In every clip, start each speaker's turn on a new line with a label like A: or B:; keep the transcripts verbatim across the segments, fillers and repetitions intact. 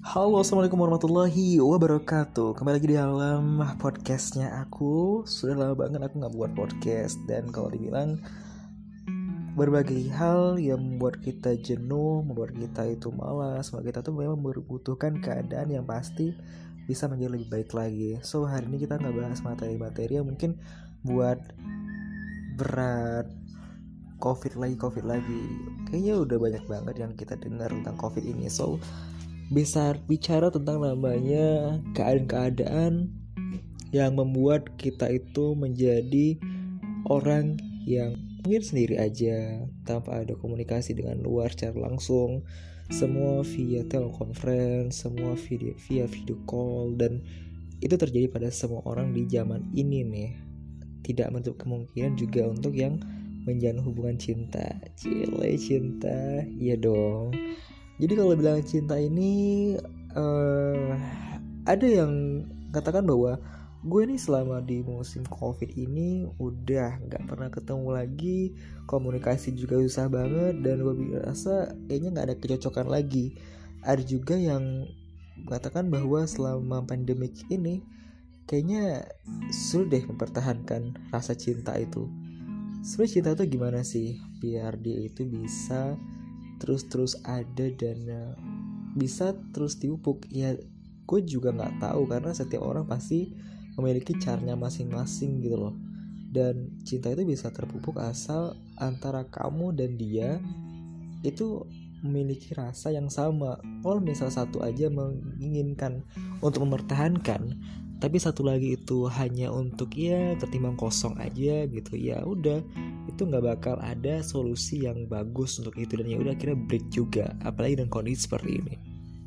A: Halo, assalamualaikum warahmatullahi wabarakatuh. Kembali lagi di dalam podcastnya aku. Sudah lama banget aku gak buat podcast. Dan kalau dibilang berbagai hal yang membuat kita jenuh, membuat kita itu malas, membuat kita tuh memang membutuhkan keadaan yang pasti bisa menjadi lebih baik lagi. So hari ini kita gak bahas materi-materi yang mungkin buat berat, covid lagi, covid lagi. Kayaknya udah banyak banget yang kita dengar tentang covid ini. So bisa bicara tentang namanya keadaan-keadaan yang membuat kita itu menjadi orang yang mungkin sendiri aja, tanpa ada komunikasi dengan luar secara langsung, semua via teleconference, semua video, via video call, dan itu terjadi pada semua orang di zaman ini nih. Tidak menutup kemungkinan juga untuk yang menjalin hubungan cinta. Cile cinta, iya dong. Jadi kalau bilang cinta ini uh, ada yang katakan bahwa gue nih selama di musim covid ini udah gak pernah ketemu lagi, komunikasi juga susah banget, dan gue merasa kayaknya gak ada kecocokan lagi. Ada juga yang mengatakan bahwa selama pandemik ini kayaknya sulit deh mempertahankan rasa cinta itu. Sebenarnya cinta itu gimana sih biar dia itu bisa terus-terus ada dan uh, bisa terus dipupuk? Ya gue juga gak tahu, karena setiap orang pasti memiliki caranya masing-masing gitu loh. Dan cinta itu bisa terpupuk asal antara kamu dan dia itu memiliki rasa yang sama. Kalau misal satu aja menginginkan untuk mempertahankan, tapi satu lagi itu hanya untuk ya ketimbang kosong aja gitu, ya udah itu nggak bakal ada solusi yang bagus untuk itu, dan ya udah akhirnya break juga, apalagi dengan kondisi seperti ini.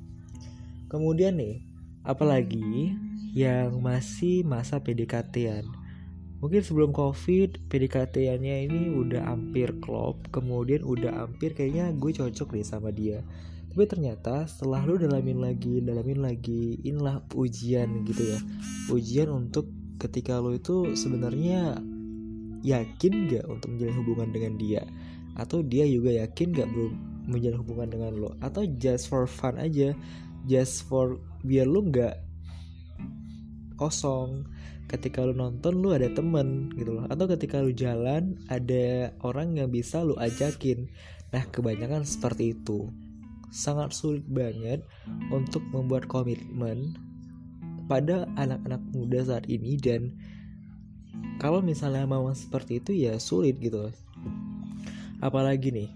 A: Kemudian nih, apalagi yang masih masa P D K T-an. Mungkin sebelum covid P D K T-annya ini udah hampir klop, kemudian udah hampir kayaknya gue cocok deh sama dia. Tapi ternyata setelah lu dalamin lagi, dalamin lagi, inilah ujian gitu ya. Ujian untuk ketika lu itu sebenarnya yakin gak untuk menjalin hubungan dengan dia, atau dia juga yakin gak belum menjalin hubungan dengan lo, atau just for fun aja, just for biar lu gak kosong. Ketika lu nonton lu ada temen gitu loh, atau ketika lu jalan ada orang yang bisa lu ajakin. Nah kebanyakan seperti itu. Sangat sulit banget untuk membuat komitmen pada anak-anak muda saat ini, dan kalau misalnya mau seperti itu ya sulit gitu. Apalagi nih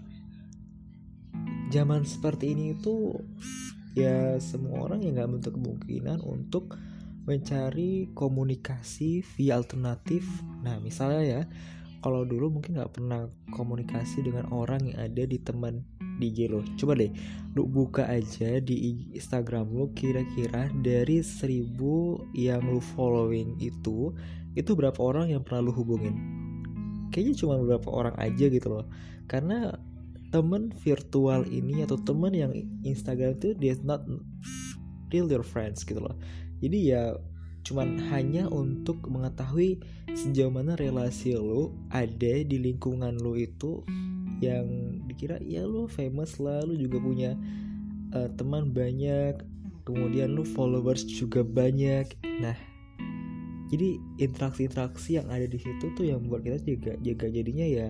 A: zaman seperti ini itu ya semua orang yang gak menutup kemungkinan untuk mencari komunikasi via alternatif. Nah misalnya ya, kalau dulu mungkin gak pernah komunikasi dengan orang yang ada di teman D J lo, coba deh lu buka aja di Instagram lu, kira-kira dari seribu yang lu following itu itu berapa orang yang pernah lu hubungin? Kayaknya cuma beberapa orang aja gitu loh. Karena temen virtual ini atau temen yang Instagram itu dia not real your friends gitu loh. Jadi ya cuman hanya untuk mengetahui sejauh mana relasi lu ada di lingkungan lu itu, yang dikira ya lu famous lah, lu juga punya uh, teman banyak, kemudian lu followers juga banyak. Nah jadi interaksi-interaksi yang ada di situ tuh yang membuat kita juga, juga jadinya ya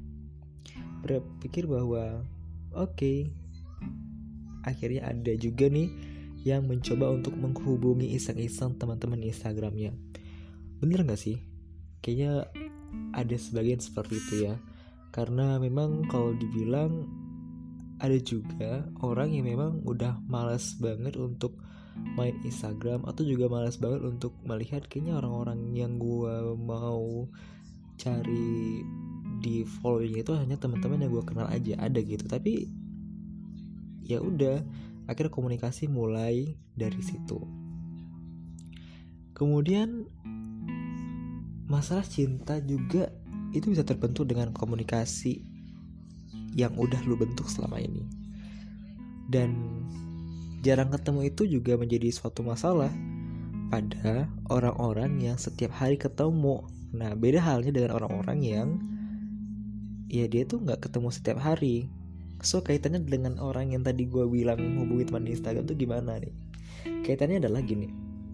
A: berpikir bahwa oke, okay, akhirnya ada juga nih yang mencoba untuk menghubungi iseng-iseng teman-teman Instagramnya. Bener gak sih? Kayaknya ada sebagian seperti itu ya. Karena memang kalau dibilang ada juga orang yang memang udah malas banget untuk main Instagram, atau juga malas banget untuk melihat kayaknya orang-orang yang gue mau cari di following itu hanya teman-teman yang gue kenal aja, ada gitu. Tapi ya udah, akhirnya komunikasi mulai dari situ. Kemudian masalah cinta juga itu bisa terbentuk dengan komunikasi yang udah lu bentuk selama ini, dan jarang ketemu itu juga menjadi suatu masalah pada orang-orang yang setiap hari ketemu. Nah beda halnya dengan orang-orang yang ya dia tuh gak ketemu setiap hari. So kaitannya dengan orang yang tadi gue bilang hubungi teman di Instagram tuh gimana nih? Kaitannya adalah gini.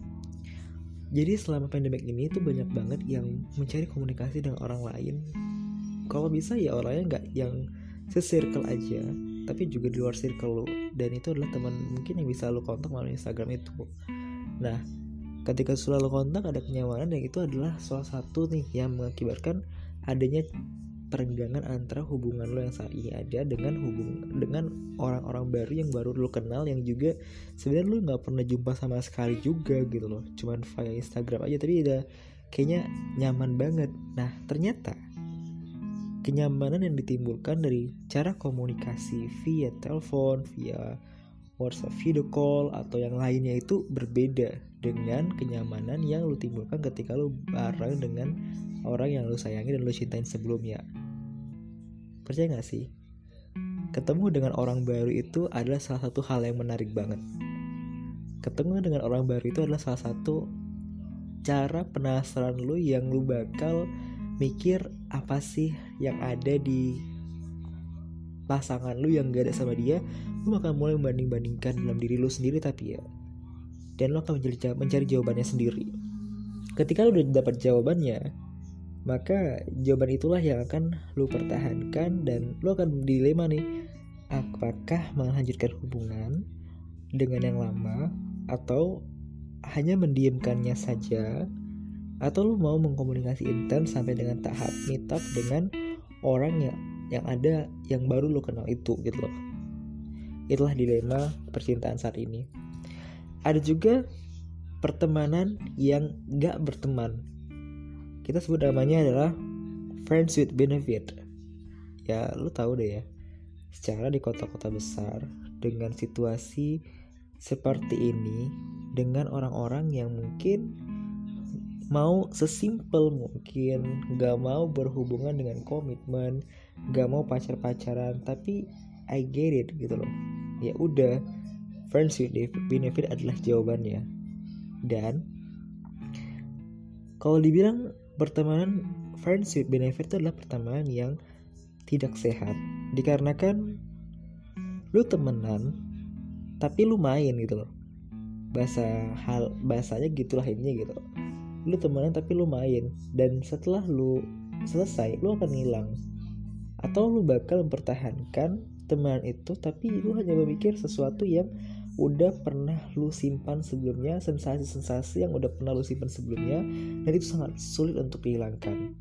A: Jadi selama pandemik ini tuh banyak banget yang mencari komunikasi dengan orang lain. Kalau bisa ya orangnya nggak yang se-circle aja, tapi juga di luar circle lo. Dan itu adalah teman mungkin yang bisa lo kontak melalui Instagram itu. Nah, ketika sudah lo kontak ada kenyamanan, yang itu adalah salah satu nih yang mengakibatkan adanya perenggangan antara hubungan lo yang saat ini ada dengan hubung dengan orang-orang baru yang baru lo kenal, yang juga sebenarnya lo nggak pernah jumpa sama sekali juga gitu loh, cuman via Instagram aja, tapi udah kayaknya nyaman banget. Nah, ternyata kenyamanan yang ditimbulkan dari cara komunikasi via telepon, via WhatsApp video call atau yang lainnya itu berbeda dengan kenyamanan yang lo timbulkan ketika lo bareng dengan orang yang lo sayangi dan lo cintain sebelumnya. Percaya gak sih? Ketemu dengan orang baru itu adalah salah satu hal yang menarik banget. Ketemu dengan orang baru itu adalah salah satu cara penasaran lo yang lo bakal mikir apa sih yang ada di pasangan lo yang gak ada sama dia. Lo bakal mulai membanding-bandingkan dalam diri lo sendiri tapi ya, dan lo akan mencari, mencari jawabannya sendiri. Ketika lo udah dapat jawabannya, maka jawaban itulah yang akan lo pertahankan, dan lo akan dilema nih, apakah melanjutkan hubungan dengan yang lama atau hanya mendiamkannya saja, atau lo mau mengkomunikasi intens sampai dengan tahap meet up dengan orang yang yang ada yang baru lo kenal itu gitu loh. Itulah dilema percintaan saat ini. Ada juga pertemanan yang gak berteman. Kita sebut namanya adalah friends with benefit. Ya lu tahu deh ya, secara di kota-kota besar dengan situasi seperti ini, dengan orang-orang yang mungkin mau sesimpel mungkin, gak mau berhubungan dengan komitmen, gak mau pacar-pacaran, tapi I get it gitu loh. Ya udah, friends with benefit adalah jawabannya. Dan kalau dibilang pertemanan friends with benefit itu adalah pertemanan yang tidak sehat, dikarenakan lu temenan tapi lu main gitu loh. Bahasa hal bahasanya gitulah ini gitu. Lu temenan tapi lu main, dan setelah lu selesai lu akan hilang. Atau lu bakal mempertahankan teman itu tapi lu hanya memikir sesuatu yang udah pernah lu simpan sebelumnya, sensasi-sensasi yang udah pernah lu simpan sebelumnya, dan itu sangat sulit untuk dihilangkan.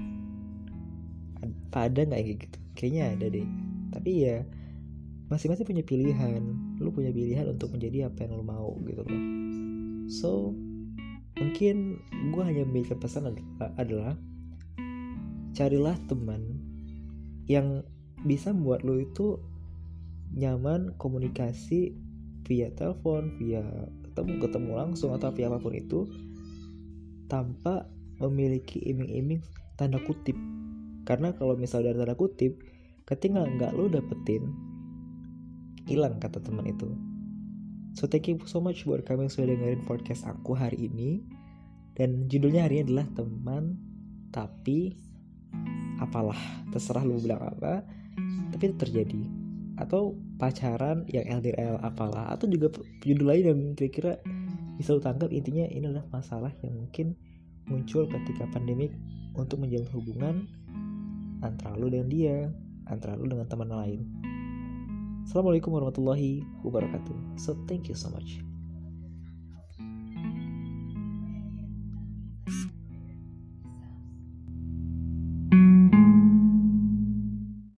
A: Ada nggak kayak gitu? Kayaknya ada deh. Tapi ya masing-masing punya pilihan. Lu punya pilihan untuk menjadi apa yang lu mau gitu loh. So mungkin gue hanya memberikan pesan adalah, adalah carilah teman yang bisa membuat lu itu nyaman komunikasi via telepon, via ketemu ketemu langsung atau via apapun itu, tanpa memiliki iming-iming tanda kutip. Karena kalau misalnya dari tanda kutip, ketika nggak lo dapetin, hilang kata teman itu. So thank you so much buat kalian yang sudah dengerin podcast aku hari ini. Dan judulnya hari ini adalah teman tapi apalah, terserah lo bilang apa, tapi itu terjadi. Atau pacaran yang L D R apalah, atau juga judul lain yang kira-kira bisa lo tangkap. Intinya ini adalah masalah yang mungkin muncul ketika pandemik untuk menjalin hubungan antara lo dengan dia, antara lo dengan teman lain. Assalamualaikum warahmatullahi wabarakatuh. So thank you so much.